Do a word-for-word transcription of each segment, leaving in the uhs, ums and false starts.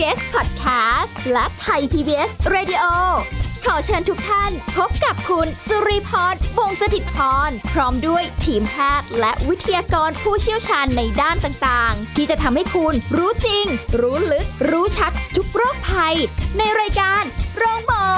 เอส Podcast และ Thai พี บี เอส Radio ขอเชิญทุกท่านพบกับคุณสุริพร วงศ์สถิตพรพร้อมด้วยทีมแพทย์และวิทยากรผู้เชี่ยวชาญในด้านต่างๆที่จะทำให้คุณรู้จริงรู้ลึกรู้ชัดทุกโรคภัยในรายการโรงหมอ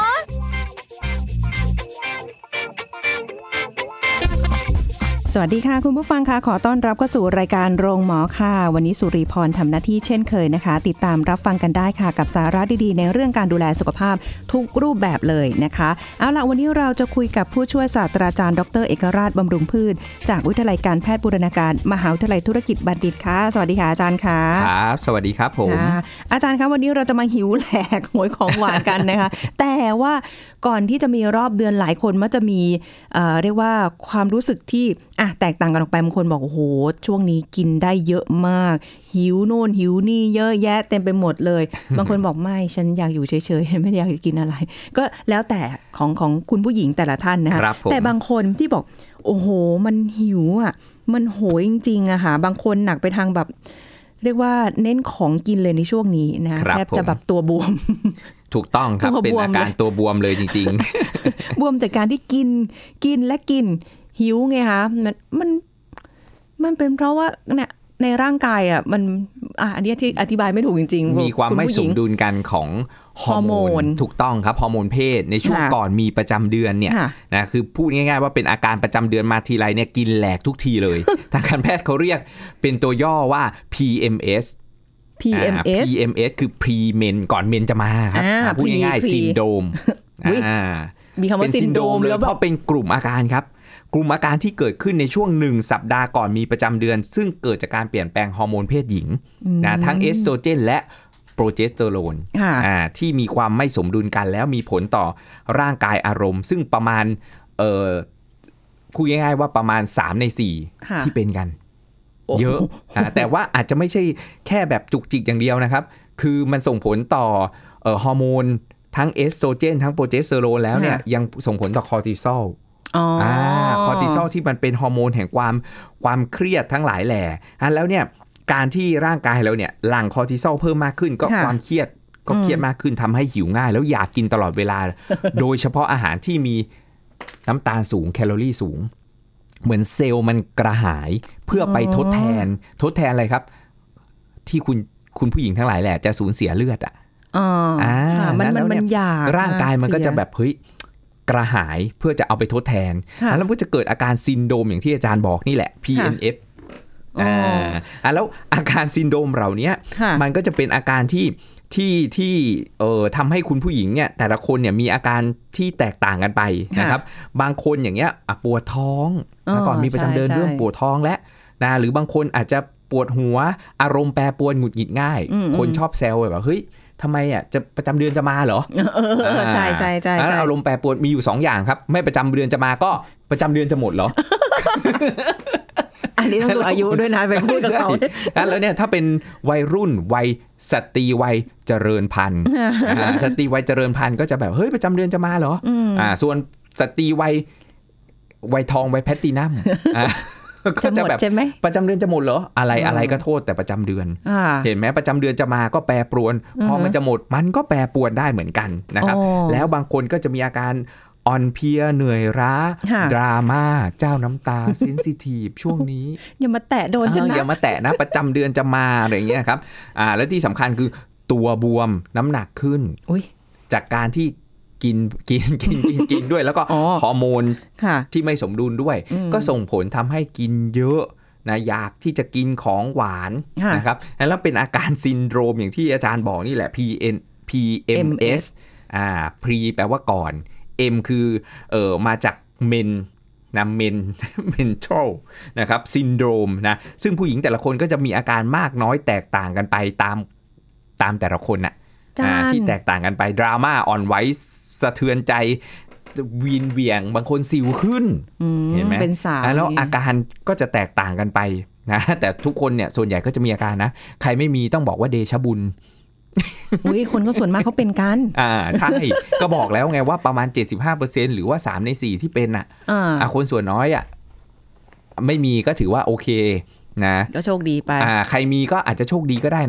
สวัสดีค่ะคุณผู้ฟังค่ะขอต้อนรับเข้าสู่รายการโรงหมอค่ะวันนี้สุริพรทำหน้าที่เช่นเคยนะคะติดตามรับฟังกันได้ค่ะกับสาระดีๆในเรื่องการดูแลสุขภาพทุกรูปแบบเลยนะคะเอาล่ะวันนี้เราจะคุยกับผู้ช่วยศาสตราจารย์ดรเอกราชบำรุงพืชจากวิทยาลัยการแพทย์บูรณาการมหาวิทยาลัยธุรกิจบัณฑิตค่ะสวัสดีค่ะอาจารย์ค่ะครับสวัสดีครับผมอาจารย์ครับวันนี้เราจะมาหิวแหลกหวยของหวานกันนะคะแต่ว่าก่อนที่จะมีรอบเดือนหลายคนมักจะมีเอ่อเรียกว่าความรู้สึกที่อ่ะแตกต่างกันออกไปบางคนบอกโอ้โหช่วงนี้กินได้เยอะมากหิวโน่นหิวนี่เยอะแยะเต็มไปหมดเลย บางคนบอกไม่ฉันอยากอยู่เฉยๆไม่อยากกินอะไรก็แล้วแต่ของของคุณผู้หญิงแต่ละท่านนะคะแต่บางคนที่บอกโอ้โหมันหิวอ่ะมันโหยจริงๆอะค่ะบางคนหนักไปทางแบบเรียกว่าเน้นของกินเลยในช่วงนี้นะแทบจะแบบตัวบวมถูกต้องครับเป็นอาการตัวบวมเลยจริงๆ บวมจากการที่กินกินและกินหิวไงคะมันมันมันเป็นเพราะว่าเนี่ยในร่างกายอ่ะมันอ่ะอันนี้ที่อธิบายไม่ถูกจริงๆมีความไม่สมดุลกันของฮอร์โมนถูกต้องครับฮอร์โมนเพศในช่วงก่อนมีประจำเดือนเนี่ยนะคือพูดง่ายๆว่าเป็นอาการประจำเดือนมาทีไรเนี่ยกินแหลกทุกทีเลยทางการแพทย์เขาเรียกเป็นตัวย่อว่า พี เอ็ม เอสพี เอ็ม เอสพี เอ็ม เอส คือ pre men ก่อนเมนจะมาครับพูดง่ายๆซินโดรมมีคำว่าซินโดรมเลยเพราะเป็นกลุ่มอาการครับกลุ่มอาการที่เกิดขึ้นในช่วงหนึ่งสัปดาห์ก่อนมีประจำเดือนซึ่งเกิดจากการเปลี่ยนแปลงฮอร์โมนเพศหญิงนะทั้งเอสโตรเจนและโปรเจสเตอโรนที่มีความไม่สมดุลกันแล้วมีผลต่อร่างกายอารมณ์ซึ่งประมาณเอ่อคุยง่ายๆว่าประมาณสามในสี่ที่เป็นกันเยอะแต่ว่าอาจจะไม่ใช่แค่แบบจุกจิกอย่างเดียวนะครับคือมันส่งผลต่อเอ่อฮอร์โมนทั้งเอสโตรเจนทั้งโปรเจสเตอโรนแล้วเนี่ยยังส่งผลต่อคอร์ติซอลอ๋ออ่าคอร์ติซอลที่มันเป็นฮอร์โมนแห่งความความเครียดทั้งหลายแหล่อ่ะแล้วเนี่ยการที่ร่างกายเราเนี่ยหลั่งคอร์ติซอลเพิ่มมากขึ้นก็ความเครียดก็เครียดมากขึ้นทำให้หิวง่ายแล้วอยากกินตลอดเวลา โดยเฉพาะอาหารที่มีน้ำตาลสูงแคลอรี่สูงเหมือนเซลล์มันกระหายเพื่อไปทดแทนทดแทนอะไรครับที่คุณคุณผู้หญิงทั้งหลายแหละจะสูญเสียเลือดอ่ะอ๋ออ่ามันมันมันอยากร่างกายมันก็จะแบบเฮ้ยกระหายเพื่อจะเอาไปทดแทนแล้วมันก็จะเกิดอาการซินโดรมอย่างที่อาจารย์บอกนี่แหละ พี เอ็ม เอฟ อ่าแล้วอาการซินโดรมเหล่านี้มันก็จะเป็นอาการที่ที่ที่เอ่อทำให้คุณผู้หญิงเนี่ยแต่ละคนเนี่ยมีอาการที่แตกต่างกันไปนะครับบางคนอย่างเงี้ยปวดท้องก่อนมีประจำเดือนเริ่มปวดท้องและนะหรือบางคนอาจจะปวดหัวอารมณ์แปรปรวนหงุดหงิดง่ายคนชอบแซวแบบเฮ้ยทำไมอ่ะจะประจำเดือนจะมาเหรอใช่ใช่ใช่อารมณ์แปรปรวนมีอยู่สองอย่างครับไม่ประจำเดือนจะมาก็ประจำเดือนจะหมดเหรออันนี้ต้องดูอายุด้วยนะเป็นพูดกับเขาแล้วเนี่ยถ้าเป็นวัยรุ่นวัยสตรีวัยเจริญพันธุ์สตรีวัยเจริญพันธุ์ก็จะแบบเฮ้ยประจำเดือนจะมาเหรออ่าส่วนสตรีวัยวัยทองวัยแพลตินัมก็จะแบบประจำเดือนจะหมดเหรออะไรอะไรก็โทษแต่ประจำเดือนเห็นไหมประจำเดือนจะมาก็แปรปรวนพอมันจะหมดมันก็แปรปรวนได้เหมือนกันนะครับแล้วบางคนก็จะมีอาการอ่อนเพลียเหนื่อยล้าดราม่าเจ้าน้ำตาเซนซิทีฟช่วงนี้อย่ามาแตะโดนฉันนะอย่ามาแตะนะประจำเดือนจะมาอะไรอย่างเงี้ยครับอ่าแล้วที่สำคัญคือตัวบวมน้ำหนักขึ้นจากการที่กินกินกินกินกินด้วยแล้วก็ฮอร์โมนที่ไม่สมดุลด้วยก็ส่งผลทำให้กินเยอะนะอยากที่จะกินของหวานนะครับแล้วเป็นอาการซินโดรมอย่างที่อาจารย์บอกนี่แหละ พี เอ็น พี เอ็ม เอส อ่า pre แปลว่าก่อน M คือเอ่อมาจาก men นะ men mental นะครับซินโดรมนะซึ่งผู้หญิงแต่ละคนก็จะมีอาการมากน้อยแตกต่างกันไปตามตามแต่ละคนน่ะที่แตกต่างกันไปดราม่าอ่อนไหวสะเทือนใจวีนเวียงบางคนสิวขึ้นเห็นไหมแล้วอาการก็จะแตกต่างกันไปนะแต่ทุกคนเนี่ยส่วนใหญ่ก็จะมีอาการนะใครไม่มีต้องบอกว่าเดชะบุญอุ้ยคนก็ส่วนมากเขาเป็นกันอ่าใช่ก็บอกแล้วไงว่าประมาณ เจ็ดสิบห้าเปอร์เซ็นต์ หรือว่าสามในสี่ที่เป็นอ่ะอ่าคนส่วนน้อยอ่ะไม่มีก็ถือว่าโอเคนะก็โชคดีไปอ่าใครมีก็อาจจะโชคดีก็ได้นะ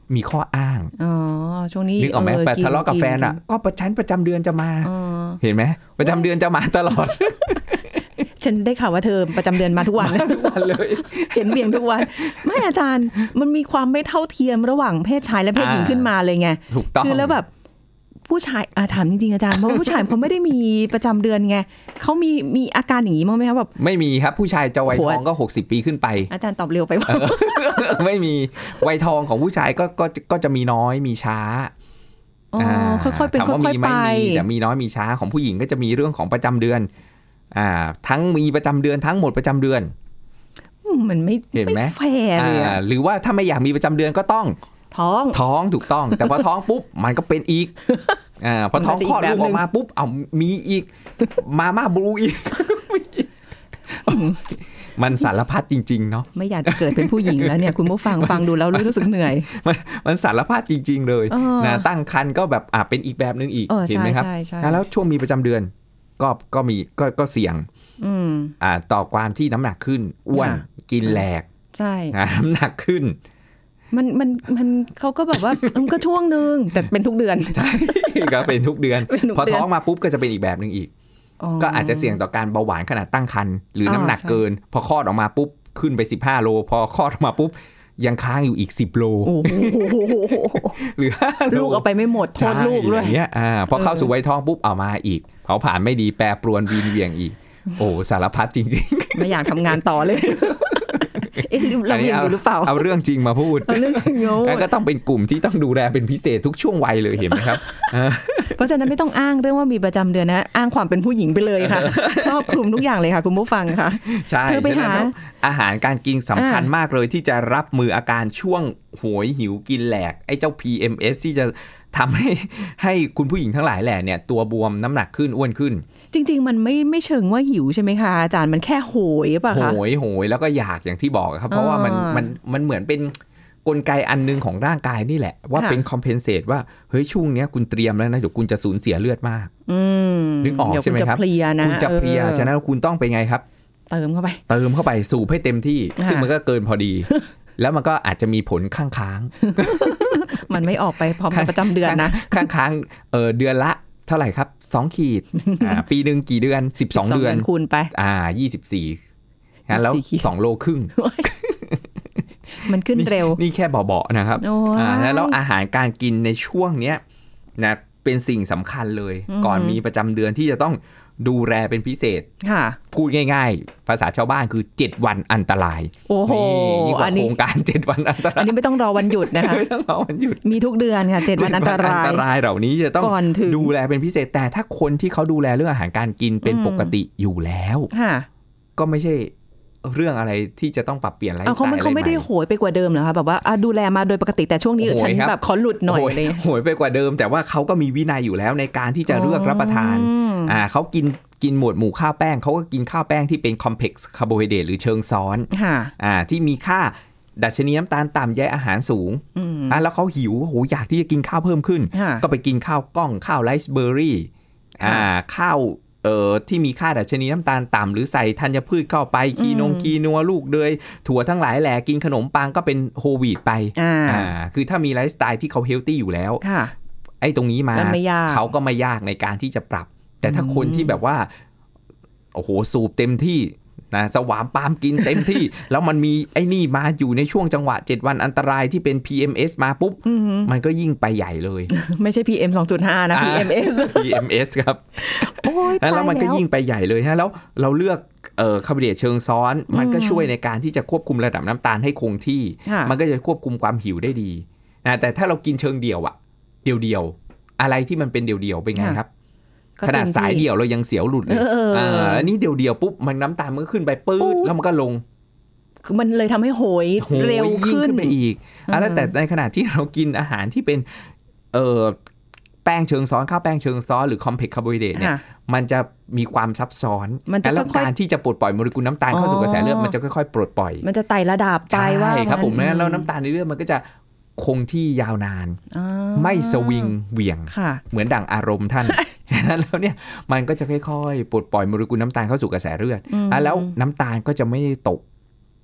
มีข้ออ้างอ๋อช่วงนี้นึกออกไหมแบบทะเลาะกับแฟนอ่ะก็ประชันประจำเดือนจะมาเห็นไหมประจำเดือนจะมาตลอดฉันได้ข่าวว่าเธอประจำเดือนมาทุกวันทุกวันเลยเห็นเบี่ยงทุกวันไม่อาจารย์มันมีความไม่เท่าเทียมระหว่างเพศชายและเพศหญิงขึ้นมาเลยไงถูกต้องคือแล้วแบบผู้ชายถามจริงๆอาจารย์เพราะผู้ชายเขาไม่ได้มีประจำเดือนไงเขามีมีอาการอย่างนี้มั้งไหมครับแบบไม่มีครับผู้ชายจะวัยทองก็หกสิบปีขึ้นไปอาจารย์ตอบเร็วไปว่าไม่มีวัยทองของผู้ชายก็ก็ก็จะมีน้อยมีช้าอ๋อค่อยๆเป็นค่อยๆไปแต่มีน้อยมีช้าของผู้หญิงก็จะมีเรื่องของประจำเดือนอ่าทั้งมีประจำเดือนทั้งหมดประจำเดือนมันไม่เห็นไหมแฟร์เลยหรือว่าถ้าไม่อยากมีประจำเดือนก็ต้องท้องท้องถูกต้องแต่พอท้องปุ๊บมันก็เป็นอีกอ่าพอท้องคลอดลูกออกมาปุ๊บเอามีอีกมาม่าบลูอีกมันสารพัดจริงๆเนาะไม่อยากจะเกิดเป็นผู้หญิงแล้วเนี่ยคุณผู้ฟังฟังดูแล้วรู้สึกเหนื่อยมันมันสารพัดจริงๆเลยนะตั้งครรภ์ก็แบบอ่าเป็นอีกแบบนึงอีกเห็นไหมครับแล้วช่วงมีประจำเดือนก็ก็มีก็ก็เสี่ยงอ่าต่อความที่น้ำหนักขึ้นอ้วนกินแหลกใช่น้ำหนักขึ้นมันมันมันเขาก็แบบว่ามันก็ช่วงนึงแต่เป็นทุกเดือนใช่ก็เป็นทุกเดือนพอท้องมาปุ๊บก็จะเป็นอีกแบบนึงอีกก็อาจจะเสี่ยงต่อการเบาหวานขณะตั้งครรภ์หรือน้ำหนักเกินพอคลอดออกมาปุ๊บขึ้นไปสิบห้าโลพอคลอดออกมาปุ๊บยังค้างอยู่อีกสิบโลหรือลูกเอาไปไม่หมดโทษลูกด้วยอย่างเงี้ยอ่าพอเข้าสู่วัยท้องปุ๊บเอามาอีกเผาผ่านไม่ดีแปรปรวนวีนเวียงอีกโอ้สารพัดจริงๆไม่อยากทำงานต่อเลยเราเรียนอยู่หรือเปล่าเอาเรื่องจริงมาพูดเรื่องจริงแล้วก็ต้องเป็นกลุ่มที่ต้องดูแลเป็นพิเศษทุกช่วงวัยเลยเห็นไหมครับเพราะฉะนั้นไม่ต้องอ้างเรื่องว่ามีประจำเดือนนะอ้างความเป็นผู้หญิงไปเลยค่ะครอบคลุมทุกอย่างเลยค่ะคุณผู้ฟังค่ะใช่เธอไปหาอาหารการกินสำคัญมากเลยที่จะรับมืออาการช่วงโหยหิวกินแหลกไอ้เจ้า พี เอ็ม เอส ที่จะทำให้ให้คุณผู้หญิงทั้งหลายแหละเนี่ยตัวบวมน้ำหนักขึ้นอ้วนขึ้นจริงๆมันไม่ไม่เชิงว่าหิวใช่ไหมคะอาจารย์มันแค่โหยป่ะคะโหยโหยแล้วก็อยากอย่างที่บอกครับเพราะว่ามันมันมันเหมือนเป็นกลไกอันนึงของร่างกายนี่แหละว่าเป็นคอมเพนเซตว่าเฮ้ยช่วงนี้คุณเตรียมแล้วนะเดี๋ยวคุณจะสูญเสียเลือดมากนึกออกใช่ไหมครับคุณจะเพลียฉะนั้นคุณต้องไปไงครับเติมเข้าไปเติมเข้าไปสูบให้เต็มที่ซึ่งมันก็เกินพอดีแล้วมันก็อาจจะมีผลข้างค้างมันไม่ออกไปพร้อมกับประจำเดือนนะข้างค้างเออเดือนละเท่าไหร่ครับสองขีดอ่าปีนึงกี่เดือนสิบสองเดือนคูณไปอ่ายี่สิบสี่งั้นแล้วสองโลครึ่งมันขึ้นเร็วนี่แค่เบาๆนะครับอ่าแล้วอาหารการกินในช่วงเนี้ยนะเป็นสิ่งสำคัญเลยก่อนมีประจำเดือนที่จะต้องดูแลเป็นพิเศษพูดง่ายๆภาษาชาวบ้านคือเจ็ดวันอันตรายโอ้โหนี่ก็โครงการเจ็ดวันอันตรายอันนี้ไม่ต้องรอวันหยุดนะคะไม่ต้องรอวันหยุดมีทุกเดือนค่ะเจ็ดวันอันตรายอันตรายเหล่านี้จะต้องดูแลเป็นพิเศษแต่ถ้าคนที่เขาดูแลเรื่องอาหารการกินเป็นปกติอยู่แล้วก็ไม่ใช่เรื่องอะไรที่จะต้องปรับเปลี่ยนไลฟ์สไตล์อะไรเขาไม่ได้โหยไปกว่าเดิมเหรอคะแบบว่าดูแลมาโดยปกติแต่ช่วงนี้ฉันแบบขอหลุดหน่อยเลยโหยไปกว่าเดิมแต่ว่าเขาก็มีวินัยอยู่แล้วในการที่จะเลือกรับประทานอ่าเขากินกินหมวดหมู่ข้าวแป้งเขาก็กินข้าวแป้งที่เป็นคอมเพล็กซ์คาร์โบไฮเดรตหรือเชิงซ้อนอ่าที่มีค่าดัชนีน้ำตาลต่ำใยอาหารสูงอ่าแล้วเขาหิวโหอยากที่จะกินข้าวเพิ่มขึ้นก็ไปกินข้าวกล้องข้าวไรซ์เบอร์รี่อ่าข้าวเอ่อที่มีค่าดัชนีน้ำตาลต่ำหรือใส่ธัญพืชเข้าไปคีนงคีนัวลูกเดือยถั่วทั้งหลายแหละกินขนมปังก็เป็นโฮลวีตไปอ่าคือถ้ามีไลฟ์สไตล์ที่เขาเฮลตี้อยู่แล้วไอ้ตรงนี้มาเขาก็ไม่ยากในการที่จะปรับแต่ถ้าคนที่แบบว่าโอ้โหสูบเต็มที่นะสวามปามกินเต็มที่แล้วมันมีไอ้นี่มาอยู่ในช่วงจังหวะเจ็ดวันอันตรายที่เป็น พี เอ็ม เอส มาปุ๊บมันก็ยิ่งไปใหญ่เลยไม่ใช่ พี เอ็ม สองจุดห้า นะ พี เอ็ม เอสพี เอ็ม เอส ครับแล้วมันก็ยิ่งไปใหญ่เลยฮะแล้วเราเลือกเอ่อคาร์โบไฮเดรตเชิงซ้อนมันก็ช่วยในการที่จะควบคุมระดับน้ำตาลให้คงที่มันก็จะควบคุมความหิวได้ดีนะแต่ถ้าเรากินเชิงเดี่ยวอะเดี่ยวๆอะไรที่มันเป็นเดี่ยวๆเป็นไงครับขนาดสายเดี่ยวเรายังเสียวหลุดเลยอ่าอันนี้เดี่ยวๆปุ๊บมันน้ำตาลมันก็ขึ้นไปปื๊ดแล้วมันก็ลงคือมันเลยทำให้โหยเร็วขึ้นไปอีกอ่าแล้วแต่ในขณะที่เรากินอาหารที่เป็นเอ่อแป้งเชิงซ้อนข้าวแป้งเชิงซ้อนหรือคอมเพล็กซ์คาร์โบไฮเดรตเนี่ยมันจะมีความซับซ้อนแล้วการที่จะปลดปล่อยโมเลกุลน้ำตาลเข้าสู่กระแสเลือดมันจะค่อยๆปลดปล่อยมันจะไต่ระดับไปว่าใช่ครับผมแล้วน้ำตาลในเลือดมันก็จะคงที่ยาวนานไม่สวิงเหวี่ยงเหมือนดั่งอารมณ์ท่านฉะนั้นแล้วเนี่ยมันก็จะค่อยๆปลดปล่อยโมเลกุลน้ำตาลเข้าสู่กระแสเลือดแล้วน้ำตาลก็จะไม่ตก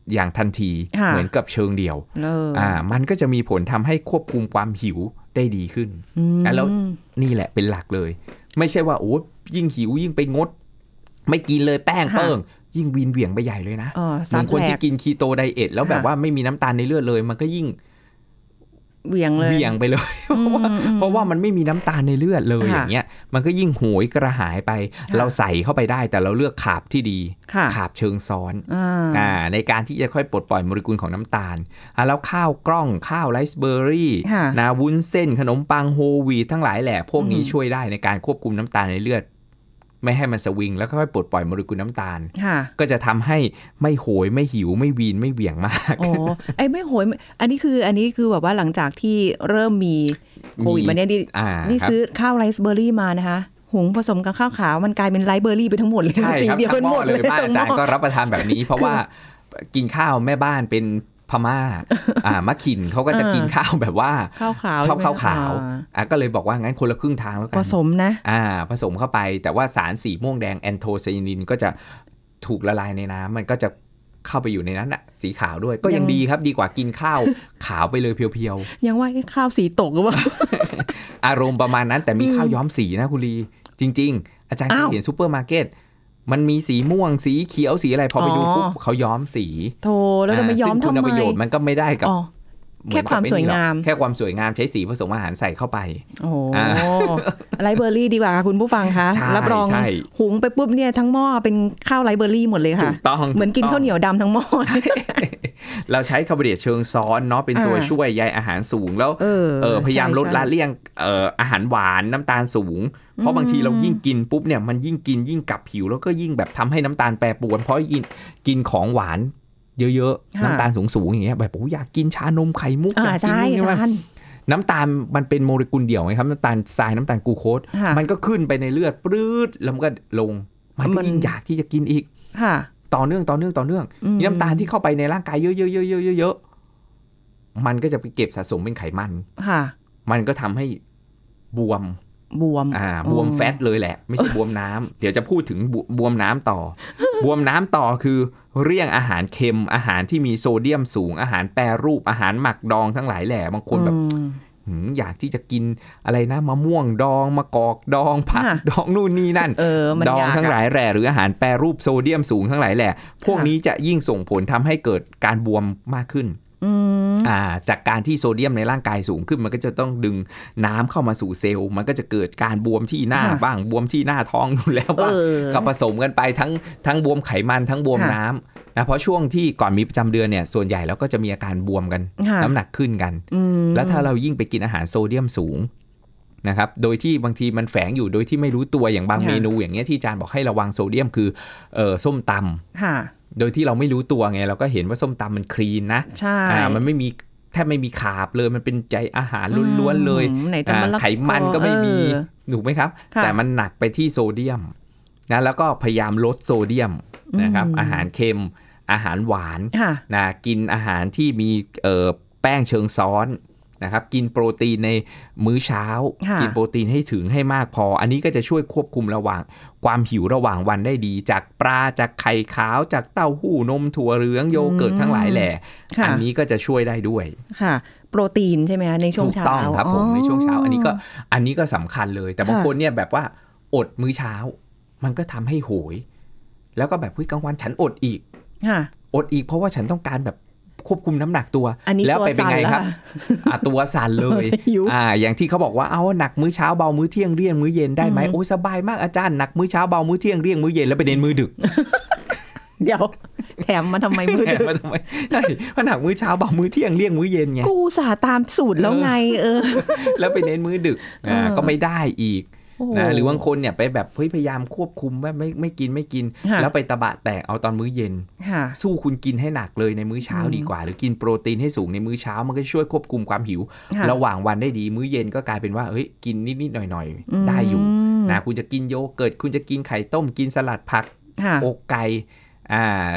อย่างทันทีเหมือนกับเชิงเดี่ยวอ่ามันก็จะมีผลทำให้ควบคุมความหิวได้ดีขึ้นแล้วนี่แหละเป็นหลักเลยไม่ใช่ว่าโอ้ยิ่งหิวยิ่งไปงดไม่กินเลยแป้งเปิ้งยิ่งวีนเหวี่ยงไปใหญ่เลยนะเหมือนคนที่กินคีโตไดเอทแล้วแบบว่าไม่มีน้ำตาลในเลือดเลยมันก็ยิ่งเวียงเลยเวียงไปเลยเพราะว่าเพราะว่ามันไม่มีน้ำตาลในเลือดเลยอย่างเงี้ยมันก็ยิ่งโหยกระหายไปเราใส่เข้าไปได้แต่เราเลือกขาบที่ดีขาบเชิงซ้อนอ่าในการที่จะค่อยปลดปล่อยโมเลกุลของน้ำตาลอ่ะแล้วข้าวกล้องข้าวไรซ์เบอร์รี่นาวุ้นเส้นขนมปังโฮลวีททั้งหลายแหละพวกนี้ช่วยได้ในการควบคุมน้ำตาลในเลือดไม่ให้มันสวิงแล้วค่อยปลดปล่อยโมเลกุลน้ำตาลก็จะทำให้ไม่โหยไม่หิวไม่วีนไม่เหวี่ยงมากอ๋อไอ้ไม่โหยอันนี้คืออันนี้คือแบบว่าหลังจากที่เริ่มมีโควิดมาเนี่ยนี่ซื้อข้าวไรซ์เบอร์รี่มานะคะหุงผสมกับข้าวขาวมันกลายเป็นไรซ์เบอร์รี่ไปทั้งหมดเลยใช่ครับทั้งหมดเลยบ้านอาจารย์ก็รับประทานแบบนี้เพราะว่ากินข้าวแม่บ้านเป็นพม่าอ่ามะขินเขาก็จะกินข้าวแบบว่าข้าวขาวชอบข้าวขาวอ่ะก็เลยบอกว่างั้นคนละครึ่งทางแล้วกันผสมนะอ่าผสมเข้าไปแต่ว่าสารสีม่วงแดงแอนโทไซยานินก็จะถูกละลายในน้ำมันก็จะเข้าไปอยู่ในนั้นอะสีขาวด้วยก็ยังดีครับดีกว่ากินข้าวขาวไปเลยเพียวๆยังว่าข้าวสีตกหรือเปล่าอารมณ์ประมาณนั้นแต่มีข้าวย้อมสีนะคุณลีจริงๆอาจารย์เคยเห็นซูเปอร์มาร์เก็ตมันมีสีม่วงสีเขียวสีอะไรพอไปดูปุ๊บเขาย้อมสีโธ่แล้วจะไม่ย้อมทำไมซึ่งคุณประโยชน์มันก็ไม่ได้กับแค่ความสวยงามแค่ความสวยงามใช้สีผสมอาหารใส่เข้าไปโอ้ไรซ์เบอร์รี่ดีกว่าคุณผู้ฟังคะรับรองหุงไปปุ๊บเนี่ยทั้งหม้อเป็นข้าวไรซ์เบอร์รี่หมดเลยค่ะเหมือนกินข้าวเหนียวดำทั้งหม้อเราใช้คาร์โบไฮเดรตเชิงซ้อนเนาะเป็นตัวช่วยใยอาหารสูงแล้วเออพยายามลดละเลี่ยงเอ่ออาหารหวานน้ำตาลสูงเพราะบางทีเรายิ่งกินปุ๊บเนี่ยมันยิ่งกินยิ่งกลับผิวแล้วก็ยิ่งแบบทำให้น้ำตาลแปรปรวนเพราะกินกินของหวานเยอะๆน้ำตาลสูงๆอย่างเงี้ยแบบโอ้อยากกินชานมไข่มุกอยากกินนี่ว่าน้ำตาลมันเป็นโมเลกุลเดี่ยวไงครับน้ำตาลทรายน้ำตาลกลูโคสมันก็ขึ้นไปในเลือดปรื๊ดแล้วมันก็ลงมันก็ยิ่งอยากที่จะกินอีกต่อเนื่องต่อเนื่องต่อเนื่องน้ำตาลที่เข้าไปในร่างกายเยอะๆๆๆๆมันก็จะไปเก็บสะสมเป็นไขมันมันก็ทำให้บวมบวมอ่าบวมแฟตเลยแหละไม่ใช่บวมน้ำเดี๋ยวจะพูดถึงบวมน้ำต่อบวมน้ำต่อคือเลี่ยงอาหารเค็มอาหารที่มีโซเดียมสูงอาหารแปรรูปอาหารหมักดองทั้งหลายแหละบางคนแบบอยากที่จะกินอะไรนะมะม่วงดองมะกอกดองผักดองนู่นนี่นั่นดองทั้งหลายแหล่หรืออาหารแปรรูปโซเดียมสูงทั้งหลายแหละพวกนี้จะยิ่งส่งผลทำให้เกิดการบวมมากขึ้นอ่าจากการที่โซเดียมในร่างกายสูงขึ้นมันก็จะต้องดึงน้ำเข้ามาสู่เซลล์มันก็จะเกิดการบวมที่หน้าบ้างบวมที่หน้าท้องอยู่แล้วบ้างก็ผสมกันไปทั้งทั้งบวมไขมันทั้งบวมน้ำนะเพราะช่วงที่ก่อนมีประจำเดือนเนี่ยส่วนใหญ่แล้วก็จะมีอาการบวมกันน้ำหนักขึ้นกันแล้วถ้าเรายิ่งไปกินอาหารโซเดียมสูงนะครับโดยที่บางทีมันแฝงอยู่โดยที่ไม่รู้ตัวอย่างบางเมนูอย่างเงี้ยที่อาจารย์บอกให้ระวังโซเดียมคือเอ่อส้มตำโดยที่เราไม่รู้ตัวไงเราก็เห็นว่าส้มตำมันคลีนนะใช่อ่ามันไม่มีแทบไม่มีคาร์บเลยมันเป็นใจอาหารล้วนๆเลยไขมันก็ไม่มีถูกไหมครับแต่มันหนักไปที่โซเดียมนะแล้วก็พยายามลดโซเดียมนะครับอาหารเค็มอาหารหวานนะกินอาหารที่มีเอ่อแป้งเชิงซ้อนนะครับกินโปรตีนในมื้อเช้ากินโปรตีนให้ถึงให้มากพออันนี้ก็จะช่วยควบคุมระหว่างความหิวระหว่างวันได้ดีจากปลาจากไข่ขาวจากเต้าหู้นมถั่วเหลืองโยเกิร์ตทั้งหลายแหล่อันนี้ก็จะช่วยได้ด้วยค่ะโปรตีนใช่ไหมคะในช่วงเช้าถูกต้องครับผมในช่วงเช้าอันนี้ก็อันนี้ก็สำคัญเลยแต่บางคนเนี่ยแบบว่าอดมื้อเช้ามันก็ทำให้โหยแล้วก็แบบเฮ้ยกลางวันฉันอดอีกอดอีกเพราะว่าฉันต้องการแบบควบคุมน้ำหนักตัวแล้วไปเป็นไงครับตัวสั่นเลยอ่าอย่างที่เขาบอกว่าเอาหนักมื้อเช้าเบามื้อเที่ยงเลี่ยงมื้อเย็นได้ไหมโอ้สบายมากอาจารย์หนักมื้อเช้าเบามื้อเที่ยงเลี่ยงมื้อเย็นแล้วไปเน้นมื้อดึกเดี๋ยวแถมมาทำไมมื้อดึกมาทำไมใช่เพราะหนักมื้อเช้าเบามื้อเที่ยงเลี่ยงมื้อเย็นไงกูสาตามสูตรแล้วไงเออแล้วไปเน้นมื้อดึกอ่าก็ไม่ได้อีกนะหรือบางคนเนี่ยไปแบบเฮ้ยพยายามควบคุมว่าไม่ไม่กินไม่กินแล้วไปตะบะแตกเอาตอนมื้อเย็นสู้คุณกินให้หนักเลยในมื้อเช้าดีกว่าหรือกินโปรตีนให้สูงในมื้อเช้ามันก็ช่วยควบคุมความหิวระหว่างวันได้ดีมื้อเย็นก็กลายเป็นว่าเฮ้ยกินนิดๆหน่อยๆได้อยู่นะคุณจะกินโยเกิร์ตคุณจะกินไข่ต้มกินสลัดผักอกไก่อ่า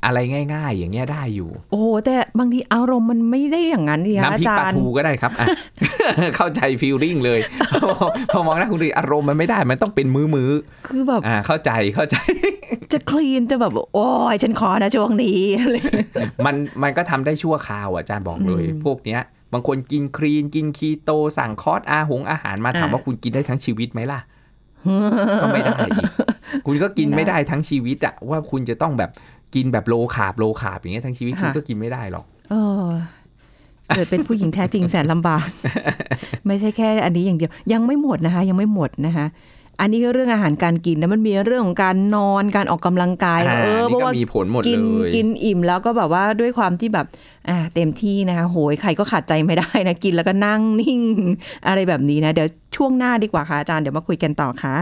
อะไรง่ายๆอย่างเงี้ยได้อยู่โอ้แต่บางทีอารมณ์มันไม่ได้อย่างนั้นดิอาจารย์น้ำพริกปลาทูก็ได้ครับ เข้าใจฟีลลิ่งเลยพอมองหน้าคุณดิอารมณ์มันไม่ได้มันต้องเป็นมื้อๆคือแบบอ่าเข้าใจเข้าใจจะคลีนจะแบบโอ้ยฉันขอนะช่วงนี้มันมันก็ทำได้ชั่วคราวอาจารย์บอกเลยพวกเนี้ยบางคนกินคลีนกินคีโตสั่งคอร์สอาหงอาหารมาถามว่าคุณกินได้ทั้งชีวิตไหมล่ะก็ไม่ได้อีกคุณก็กินไม่ได้ทั้งชีวิตอะว่าคุณจะต้องแบบกินแบบโลคาร์บโลคาร์บอย่างเงี้ยทั้งชีวิตคุณก็กินไม่ได้หรอกเออเกิดเป็นผู้หญิงแท้จริงแสนลำบากไม่ใช่แค่อันนี้อย่างเดียวยังไม่หมดนะคะยังไม่หมดนะคะอันนี้ก็เรื่องอาหารการกินนะมันมีเรื่องของการนอนการออกกำลังกายเออเพราะว่ามีผลหมดเลยกินกินอิ่มแล้วก็แบบว่าด้วยความที่แบบอ่าเต็มที่นะคะโหยใครก็ขาดใจไม่ได้นะกินแล้วก็นั่งนิ่งอะไรแบบนี้นะเดี๋ยวช่วงหน้าดีกว่าค่ะอาจารย์เดี๋ยวมาคุยกันต่อค่ะ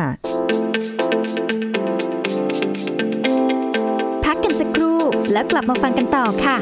พักกันสักครู่แล้วกลับมาฟังกันต่อค่ะ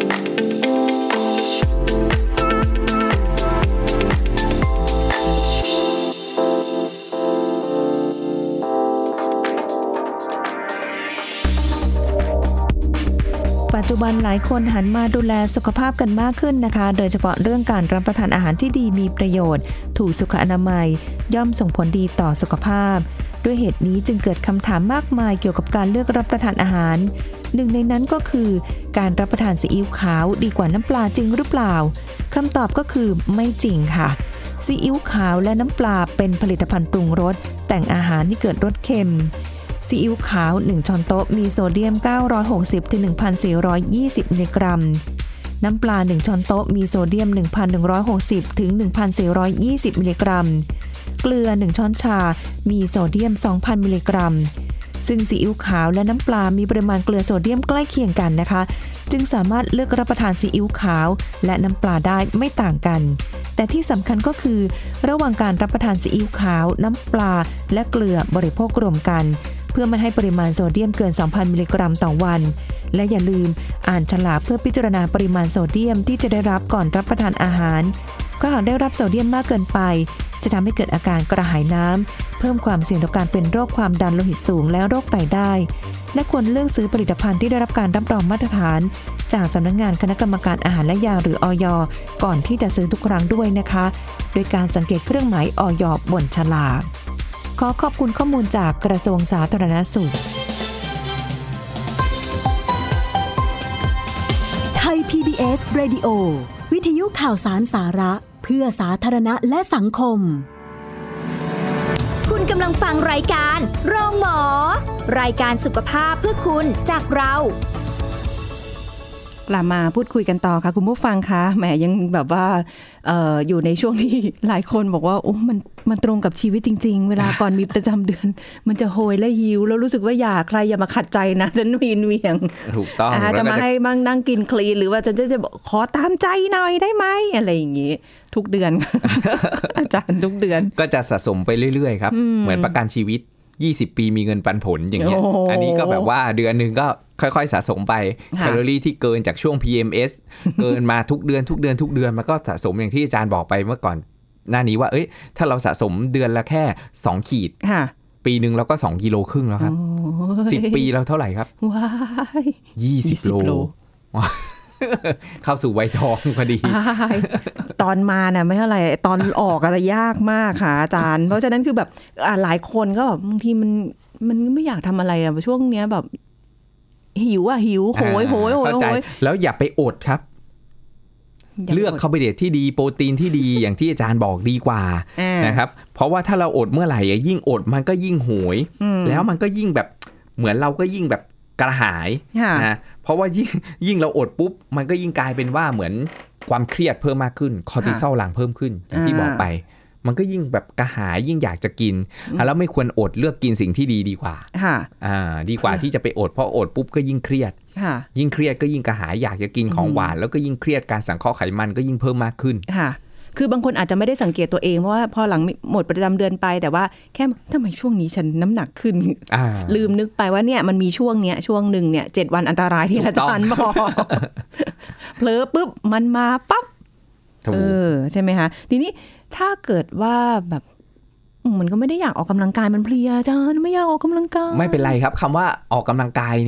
ปัจจุบันหลายคนหันมาดูแลสุขภาพกันมากขึ้นนะคะโดยเฉพาะเรื่องการรับประทานอาหารที่ดีมีประโยชน์ถูกสุขอนามัยย่อมส่งผลดีต่อสุขภาพด้วยเหตุนี้จึงเกิดคำถามมากมายเกี่ยวกับการเลือกรับประทานอาหารหนึ่งในนั้นก็คือการรับประทานซีอิ๊วขาวดีกว่าน้ำปลาจริงหรือเปล่าคำตอบก็คือไม่จริงค่ะซีอิ๊วขาวและน้ำปลาเป็นผลิตภัณฑ์ปรุงรสแต่งอาหารที่เกิดรสเค็มซีอิ๊วขาวหนึ่งช้อนโต๊ะมีโซเดียมเก้าร้อยหกสิบถึง หนึ่งพันสี่ร้อยยี่สิบ มิลลิกรัมน้ำปลาหนึ่งช้อนโต๊ะมีโซเดียม หนึ่งพันหนึ่งร้อยหกสิบถึง หนึ่งพันสี่ร้อยยี่สิบ มิลลิกรัมเกลือหนึ่งช้อนชามีโซเดียม สองพัน มิลลิกรัมซึ่งซีอิ๊วขาวและน้ำปลามีปริมาณเกลือโซเดียมใกล้เคียงกันนะคะจึงสามารถเลือกรับประทานซีอิ๊วขาวและน้ำปลาได้ไม่ต่างกันแต่ที่สำคัญก็คือระหว่างการรับประทานซีอิ๊วขาวน้ำปลาและเกลือบริโภครวมกันเพื่อไม่ให้ปริมาณโซเดียมเกิน สองพัน มิลลิกรัมต่อวันและอย่าลืมอ่านฉลากเพื่อพิจารณาปริมาณโซเดียมที่จะได้รับก่อนรับประทานอาหารเพราะหากได้รับโซเดียมมากเกินไปจะทำให้เกิดอาการกระหายน้ำเพิ่มความเสี่ยงต่อการเป็นโรคความดันโลหิตสูงและโรคไตได้และควรเลือกซื้อผลิตภัณฑ์ที่ได้รับการรับรองมาตรฐานจากสำนักงานคณะกรรมการอาหารและยาหรืออย.ก่อนที่จะซื้อทุกครั้งด้วยนะคะโดยการสังเกตเครื่องหมายอย.บนฉลากขอขอบคุณข้อมูลจากกระทรวงสาธารณสุขไทย พี บี เอส Radio วิทยุข่าวสารสาระเพื่อสาธารณะและสังคมคุณกำลังฟังรายการโรงหมอรายการสุขภาพเพื่อคุณจากเรากลับมาพูดคุยกันต่อค่ะคุณผู้ฟังคะแหมยังแบบว่า อ, ออยู่ในช่วงที่หลายคนบอกว่าโอ้มันมันตรงกับชีวิตจริงๆเวลาก่อนมีประจำเดือนมันจะโหยและหิวแล้วรู้สึกว่าอย่าใครอย่ามาขัดใจนะฉันวีนเวียงถูกต้องจะมาให้บ้างนั่งกินคลีนหรือว่าฉันจะจะบอกขอตามใจหน่อยได้ไหมอะไรอย่างงี้ทุกเดือน อาจารย์ทุกเดือนก็จะสะสมไปเรื่อยๆครับเหมือนประกันชีวิตยี่สิบปีมีเงินปันผลอย่างเงี้ย อันนี้ก็แบบว่าเดือนนึงก็ค่อยๆสะสมไปแคลอรี่ที่เกินจากช่วง พี เอ็ม เอส เกินมาทุกเดือนทุกเดือนทุกเดือนมันก็สะสมอย่างที่อาจารย์บอกไปเมื่อก่อนหน้านี้ว่าเอ้ยถ้าเราสะสมเดือนละแค่สองขีดปีนึงเราก็สองกิโลครึ่งแล้วครับสิบปีเราเท่าไหร่ครับว้ายยี่สิบโลเข้าสู่วัยทองพอดีตอนมาเนี่ยไม่เท่าไหร่ตอนออกอะไรยากมากค่ะอาจารย์เพราะฉะนั้นคือแบบหลายคนก็แบบบางทีมันมันไม่อยากทำอะไรอะช่วงเนี้ยแบบหิวอะหิวโหยโหยโหยโหยแล้วอย่าไปอดครับเลือกคาร์โบไฮเดรตที่ดีโปรตีนที่ดีอย่างที่อาจารย์บอกดีกว่านะครับเพราะว่าถ้าเราอดเมื่อไหร่ยิ่งอดมันก็ยิ่งโหยแล้วมันก็ยิ่งแบบเหมือนเราก็ยิ่งแบบกระหายนะเพราะว่ายิ่งยิ่งเราอดปุ๊บมันก็ยิ่งกลายเป็นว่าเหมือนความเครียดเพิ่มมากขึ้นคอร์ติซอลหลั่งเพิ่มขึ้นอย่างที่บอกไปมันก็ยิ่งแบบกระหายยิ่งอยากจะกินแล้วไม่ควรอดเลือกกินสิ่งที่ดีดีกว่าอ่าดีกว่าที่จะไปอดเพราะอดปุ๊บก็ยิ่งเครียดยิ่งเครียดก็ยิ่งกระหายอยากจะกินของหวานแล้วก็ยิ่งเครียดการสังเคราะห์ไขมันก็ยิ่งเพิ่มมากขึ้นค่ะคือบางคนอาจจะไม่ได้สังเกตตัวเองเพราะว่าพอหลังหมดประจำเดือนไปแต่ว่าแค่ทำไมช่วงนี้ฉันน้ำหนักขึ้นลืมนึกไปว่าเนี่ยมันมีช่วงเนี้ยช่วงหนึ่งเนี่ยเจ็ดวันอันตรายที่อาจารย์บอกเผลอปุ๊บมันมาปั๊บเออใช่ไหมคะทีนี้ถ้าเกิดว่าแบบมันก็ไม่ได้อยากออกกำลังกายมันเพลียอาจารย์ไม่อยากออกกำลังกายไม่เป็นไรครับคำว่าออกกำลังกายเนี่ย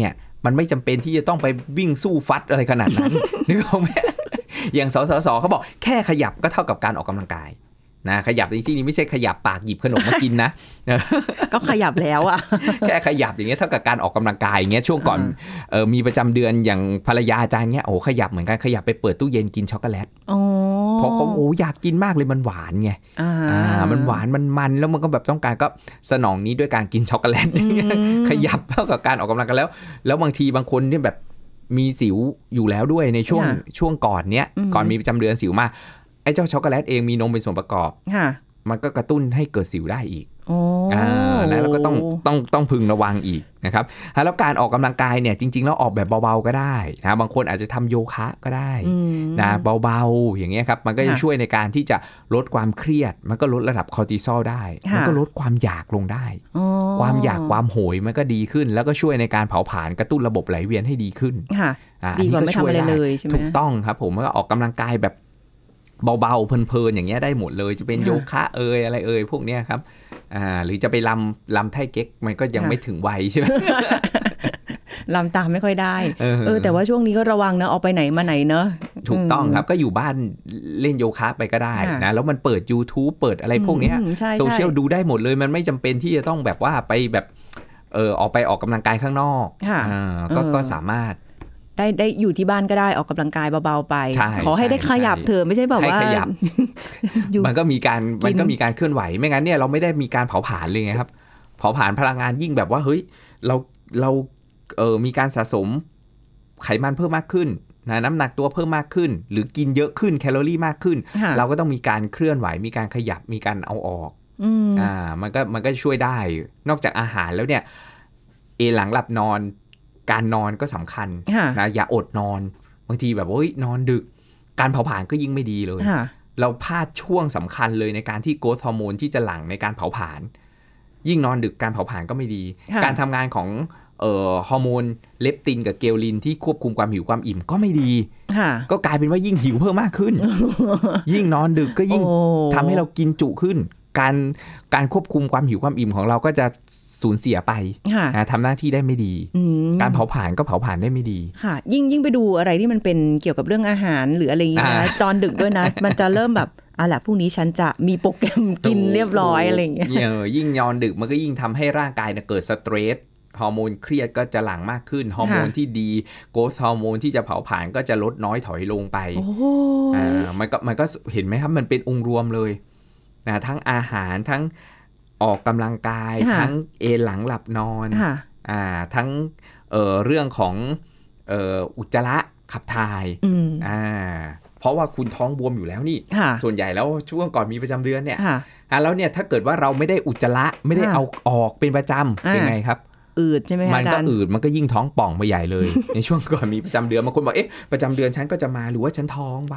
มันไม่จำเป็นที่จะต้องไปวิ่งสู้ฟัดอะไรขนาดนั้น นึกออกไหม อย่างสสสเขาบอกแค่ขยับก็เท่ากับการออกกำลังกายนะขยับในที่นี้ไม่ใช่ขยับปากหยิบขนมมากินนะก็ขยับแล้วอ่ะแค่ขยับอย่างเงี้ยเท่ากับการออกกำลังกายอย่างเงี้ยช่วงก่อนเออมีประจำเดือนอย่างภรรยาอาจารย์เงี้ยโอ้ขยับเหมือนกันขยับไปเปิดตู้เย็นกินช็อกโกแลตเพราะเขาโอ้อยากกินมากเลยมันหวานไงอ่ามันหวานมันมันแล้วมันก็แบบต้องการก็สนองนี้ด้วยการกินช็อกโกแลต ขยับเท่ากับการออกกำลังกายแล้วแล้วบางทีบางคนเนี่ยแบบมีสิวอยู่แล้วด้วยในช่วงช่วงก่อนเนี้ยก่อนมีประจำเดือนสิวมาไอ้เจ้าช็อกโกแลตเองมีนมเป็นส่วนประกอบมันก็กระตุ้นให้เกิดสิวได้อีกอ่าแล้วก็ต้องต้องต้องพึงระวังอีกนะครับแล้วการออกกำลังกายเนี่ยจริงๆแล้วออกแบบเบาๆก็ได้นะบางคนอาจจะทำโยคะก็ได้นะเบาๆอย่างเงี้ยครับมันก็จะช่วยในการที่จะลดความเครียดมันก็ลดระดับคอร์ติซอลได้มันก็ลดความอยากลงได้ความอยากความโหยมันก็ดีขึ้นแล้วก็ช่วยในการเผาผลาญกระตุ้นระบบไหลเวียนให้ดีขึ้นดีกว่าไม่ทำอะไรเลยใช่ไหมถูกต้องครับผมก็ออกกำลังกายแบบเบาๆเพลินๆอย่างเงี้ยได้หมดเลยจะเป็นโยคะเอ่ยอะไรเอ่ยพวกเนี้ยครับอ่าหรือจะไปลำลำไทเก๊กมันก็ยังไม่ถึงวัยใช่ไหมลำตามไม่ค่อยได้เออเออแต่ว่าช่วงนี้ก็ระวังนะออกไปไหนมาไหนเนอะถูกต้องครับก็อยู่บ้านเล่นโยคะไปก็ได้นะแล้วมันเปิด YouTube เปิดอะไรพวกเนี้ยโซเชียลดูได้หมดเลยมันไม่จำเป็นที่จะต้องแบบว่าไปแบบเออออกไปออกกำลังกายข้างนอกอ่าก็ก็สามารถได้ได้อยู่ที่บ้านก็ได้ออกกำลังกายเบาๆไปขอให้ได้ขยับเถอะไม่ใช่แบบว่ามันก็มีการมันก็มีการเคลื่อนไหวไม่งั้นเนี่ยเราไม่ได้มีการเผาผลาญเลยไงครับเผาผลาญพลังงานยิ่งแบบว่าเฮ้ยเราเราเออมีการสะสมไขมันเพิ่มมากขึ้นนะน้ำหนักตัวเพิ่มมากขึ้นหรือกินเยอะขึ้นแคลอรี่มากขึ้นเราก็ต้องมีการเคลื่อนไหวมีการขยับมีการเอาออกอ่ามันก็มันก็ช่วยได้นอกจากอาหารแล้วเนี่ยเอหลังหลับนอนการนอนก็สำคัญนะอย่าอดนอนบางทีแบบว่าเฮ้ยนอนดึกการเผาผลาญก็ยิ่งไม่ดีเลยเราพลาดช่วงสำคัญเลยในการที่โกรทฮอร์โมนที่จะหลั่งในการเผาผลาญยิ่งนอนดึกการเผาผลาญก็ไม่ดีการทำงานของเอ่อฮอร์โมนเลปตินกับเกลลินที่ควบคุมความหิวความอิ่มก็ไม่ดีก็กลายเป็นว่ายิ่งหิวเพิ่มมากขึ้น ยิ่งนอนดึกก็ยิ่งทำให้เรากินจุขึ้นการการควบคุมความหิวความอิ่มของเราก็จะสูญเสียไปนะทำหน้าที่ได้ไม่ดีการเผาผลาญก็เผาผลาญได้ไม่ดีค่ะยิ่งยิ่งไปดูอะไรที่มันเป็นเกี่ยวกับเรื่องอาหารหรืออะไรอย่างเงี้ยนะตอนดึกด้วยนะ มันจะเริ่มแบบอ่ะแหละพรุ่งนี้ฉันจะมีโปรแกรมกินเรียบร้อยอะไรอย่างเงี้ยยิ่งนอนดึกมันก็ยิ่งทำให้ร่างกายเกิดสเตรสฮอร์โมนเครียดก็จะหลั่งมากขึ้นฮอร์โมนที่ดีโกรทฮอร์โมนที่จะเผาผลาญก็จะลดน้อยถอยลงไปอ่ามันก็มันก็เห็นไหมครับมันเป็นองค์รวมเลยนะทั้งอาหารทั้งออกกำลังกายทั้งเอนหลังหลับนอนอ่าทั้งเอ่อเรื่องของเอ่ออุจจาระขับถ่ายอ่าเพราะว่าคุณท้องบวมอยู่แล้วนี่ส่วนใหญ่แล้วช่วงก่อนมีประจำเดือนเนี่ยอ่าแล้วเนี่ยถ้าเกิดว่าเราไม่ได้อุจจาระไม่ได้เอาออกเป็นประจำเป็นไงครับอืดใช่ไหมคะมันก็อืดมันก็ยิ่งท้องป่องไปใหญ่เลย ในช่วงก่อนมีประจำเดือนบางคนบอกเอ๊ะประจำเดือนฉันก็จะมาหรือว่าฉันท้องบ้าง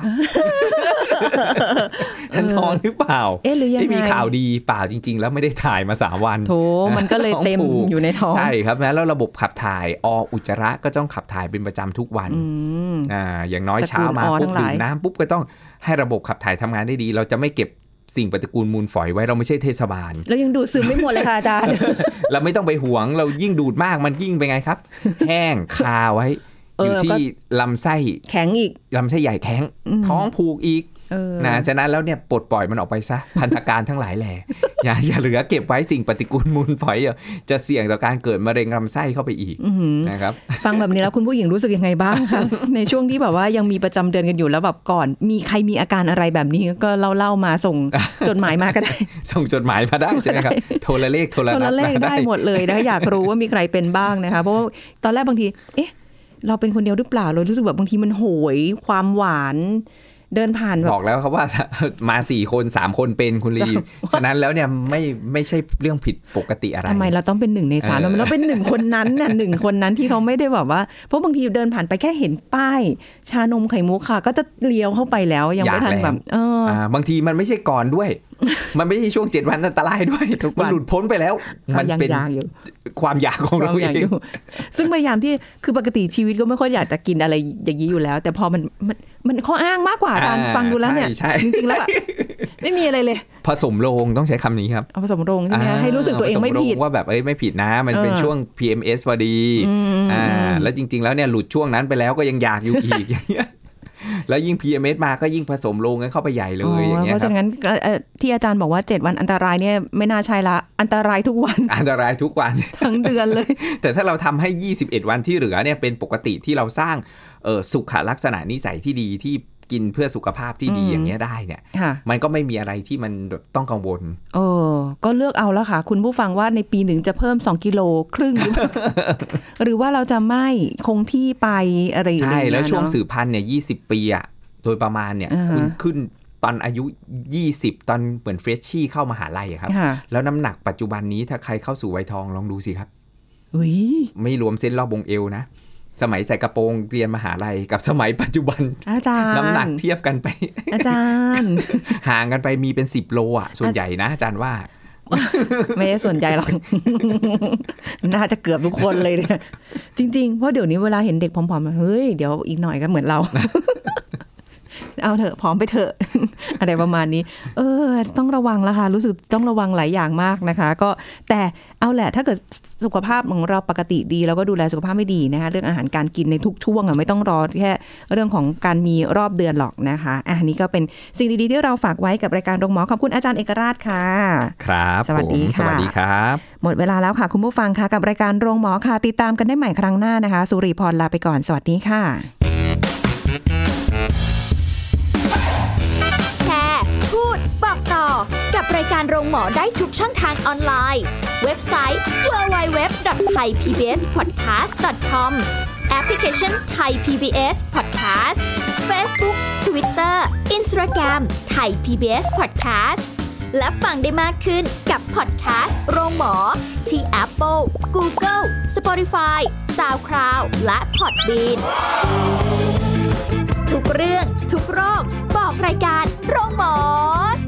ฉันท้องหรือเปล่าเอ๊ะหรือยังไงมีข่าวดีเปล่าจริงๆแล้วไม่ได้ถ่ายมาสามวันโถมันก็เลยเต็มอยู่ในท้องใช่ครับแล้วระบบขับถ่ายออุจจาระก็ต้องขับถ่ายเป็นประจำทุกวันอ่าอย่างน้อยเช้ามาปุ๊บดื่มน้ำปุ๊บก็ต้องให้ระบบขับถ่ายทำงานได้ดีเราจะไม่เก็บสิ่งปฏิกูลมูลฝอยไว้เราไม่ใช่เทศบาลแล้วยังดูดซึมไม่หมดเลยค่ะอาจารย์เราไม่ต้องไปหวงเรายิ่งดูดมากมันยิ่งเป็นไงครับ แห้งคาไว้อยู่ที่ลำไส้แข็งอีกลำไส้ใหญ่แข็งท้องผูกอีกนะฉะนั้นแล้วเนี่ยปลดปล่อยมันออกไปซะพันธการทั้งหลายแหล่อย่าอย่าเหลือเก็บไว้สิ่งปฏิกูลมูลฝอยจะเสี่ยงต่อการเกิดมะเร็งลำไส้เข้าไปอีกนะครับฟังแบบนี้แล้วคุณผู้หญิงรู้สึกยังไงบ้างคะในช่วงที่แบบว่ายังมีประจำเดือนกันอยู่แล้วแบบก่อนมีใครมีอาการอะไรแบบนี้ก็เล่าเล่ามาส่งจดหมายมาก็ได้ส่งจดหมายมาได้ใช่ไหมครับโทรเลขโทรนัดได้หมดเลยนะคะอยากรู้ว่ามีใครเป็นบ้างนะคะเพราะว่าตอนแรกบางทีเอ๊ะเราเป็นคนเดียวหรือเปล่าเรารู้สึกแบบบางทีมันโหยความหวานเดินผ่านบอกแล้วครับว่ามาสี่คนสามคนเป็นคุณลีฉะนั้นแล้วเนี่ยไม่ไม่ใช่เรื่องผิดปกติอะไรทำไมเราต้องเป็นหนึ่งในสามเราเป็นหนึ่งคนนั้นน่ะหนึ่งคนนั้นที่เขาไม่ได้แบบว่าเพราะบางทีเดินผ่านไปแค่เห็นป้ายชานมไข่มุกค่ะก็จะเลี้ยวเข้าไปแล้วยังไม่ทันแบบเออบางทีมันไม่ใช่ก่อนด้วยมันไม่ใช่ช่วงเจ็ดวันอันตรายด้วยมันหลุดพ้นไปแล้วมันเป็นความอยากของเราเองซึ่งพยายามที่คือปกติชีวิตก็ไม่ค่อยอยากจะกินอะไรอย่างนี้อยู่แล้วแต่พอมันมันมันข้ออ้างมากกว่าการฟังดูแล้วเนี่ยจริงๆแล้วไม่มีอะไรเลยผสมโรงต้องใช้คำนี้ครับผสมโรงใช่ไหมให้รู้สึกตัวเองไม่ผิดว่าแบบเอ้ยไม่ผิดนะมันเป็นช่วง พี เอ็ม เอส พอดีอ่าแล้วจริงๆแล้วเนี่ยหลุดช่วงนั้นไปแล้วก็ยังอยากอยู่อีกอย่างเงี้ยแล้วยิ่ง พี เอ็ม เอส มาก็ยิ่งผสมโรงกันเข้าไปใหญ่เลยอย่างเงี้ยครับเพราะฉะนั้นที่อาจารย์บอกว่าเจ็ดวันอันตรายเนี่ยไม่น่าใช่ละอันตรายทุกวันอันตรายทุกวันทั้งเดือนเลยแต่ถ้าเราทำให้ยี่สิบเอ็ดวันที่เหลือเนี่ยเป็นปกติที่เราสร้างเอ่อสุขลักษณะนิสัยที่ดีที่กินเพื่อสุขภาพที่ดีอย่างเงี้ยได้เนี่ยมันก็ไม่มีอะไรที่มันต้องกังวลโอ้ก็เลือกเอาแล้วค่ะคุณผู้ฟังว่าในปีหนึ่งจะเพิ่มสองกิโลครึ่ง หรือว่าเราจะไม่คงที่ไปอะไรอย่างเงี้ยใช่แล้วช่วงสืบพันธุ์เนี่ยยี่สิบปีอะโดยประมาณเนี่ยคุณขึ้นตอนอายุยี่สิบตอนเหมือนเฟรชชี่เข้ามหาลัยครับแล้วน้ำหนักปัจจุบันนี้ถ้าใครเข้าสู่วัยทองลองดูสิครับไม่รวมเส้นรอบบงเอวนะสมัยใส่กระโปรงเรียนมหาลัยกับสมัยปัจจุบันอาจารย์น้ำหนักเทียบกันไปอาจารย์ห่างกันไปมีเป็นสิบโลอ่ะส่วนใหญ่นะอาจารย์ว่าไม่ใช่ส่วนใหญ่หรอกน่าจะเกือบทุกคนเลยเนี่ยจริงๆเพราะเดี๋ยวนี้เวลาเห็นเด็กผอมๆเฮ้ยเดี๋ยวอีกหน่อยก็เหมือนเราเอาเถอะพร้อมไปเถอะอะไรประมาณนี้เออต้องระวังแล้วค่ะรู้สึกต้องระวังหลายอย่างมากนะคะก็แต่เอาแหละถ้าเกิดสุขภาพของเราปกติดีแล้วก็ดูแลสุขภาพไม่ดีนะคะเรื่องอาหารการกินในทุกช่วงอ่ะไม่ต้องรอแค่เรื่องของการมีรอบเดือนหรอกนะคะอันนี้ก็เป็นสิ่งดีๆที่เราฝากไว้กับรายการโรงหมอขอบคุณอาจารย์เอกราชค่ะครับสวัสดีค่ะสวัสดีครับหมดเวลาแล้วค่ะคุณผู้ฟังค่ะกับรายการโรงหมอค่ะติดตามกันได้ใหม่ครั้งหน้านะคะสุรีพรลาไปก่อนสวัสดีค่ะพูดบอกต่อกับรายการโรงหมอได้ทุกช่องทางออนไลน์เว็บไซต์ ดับเบิลยู ดับเบิลยู ดับเบิลยู ดอท ไทย พี บี เอส พอดแคสต์ ดอท คอม แอปพลิเคชัน Thai พี บี เอส Podcast Facebook Twitter Instagram Thai พี บี เอส Podcast และฟังได้มากขึ้นกับพอดแคสต์โรงหมอที่ Apple, Google, Spotify, SoundCloud และ Podbeanทุกเรื่องทุกโรคบอกรายการโรงหมอ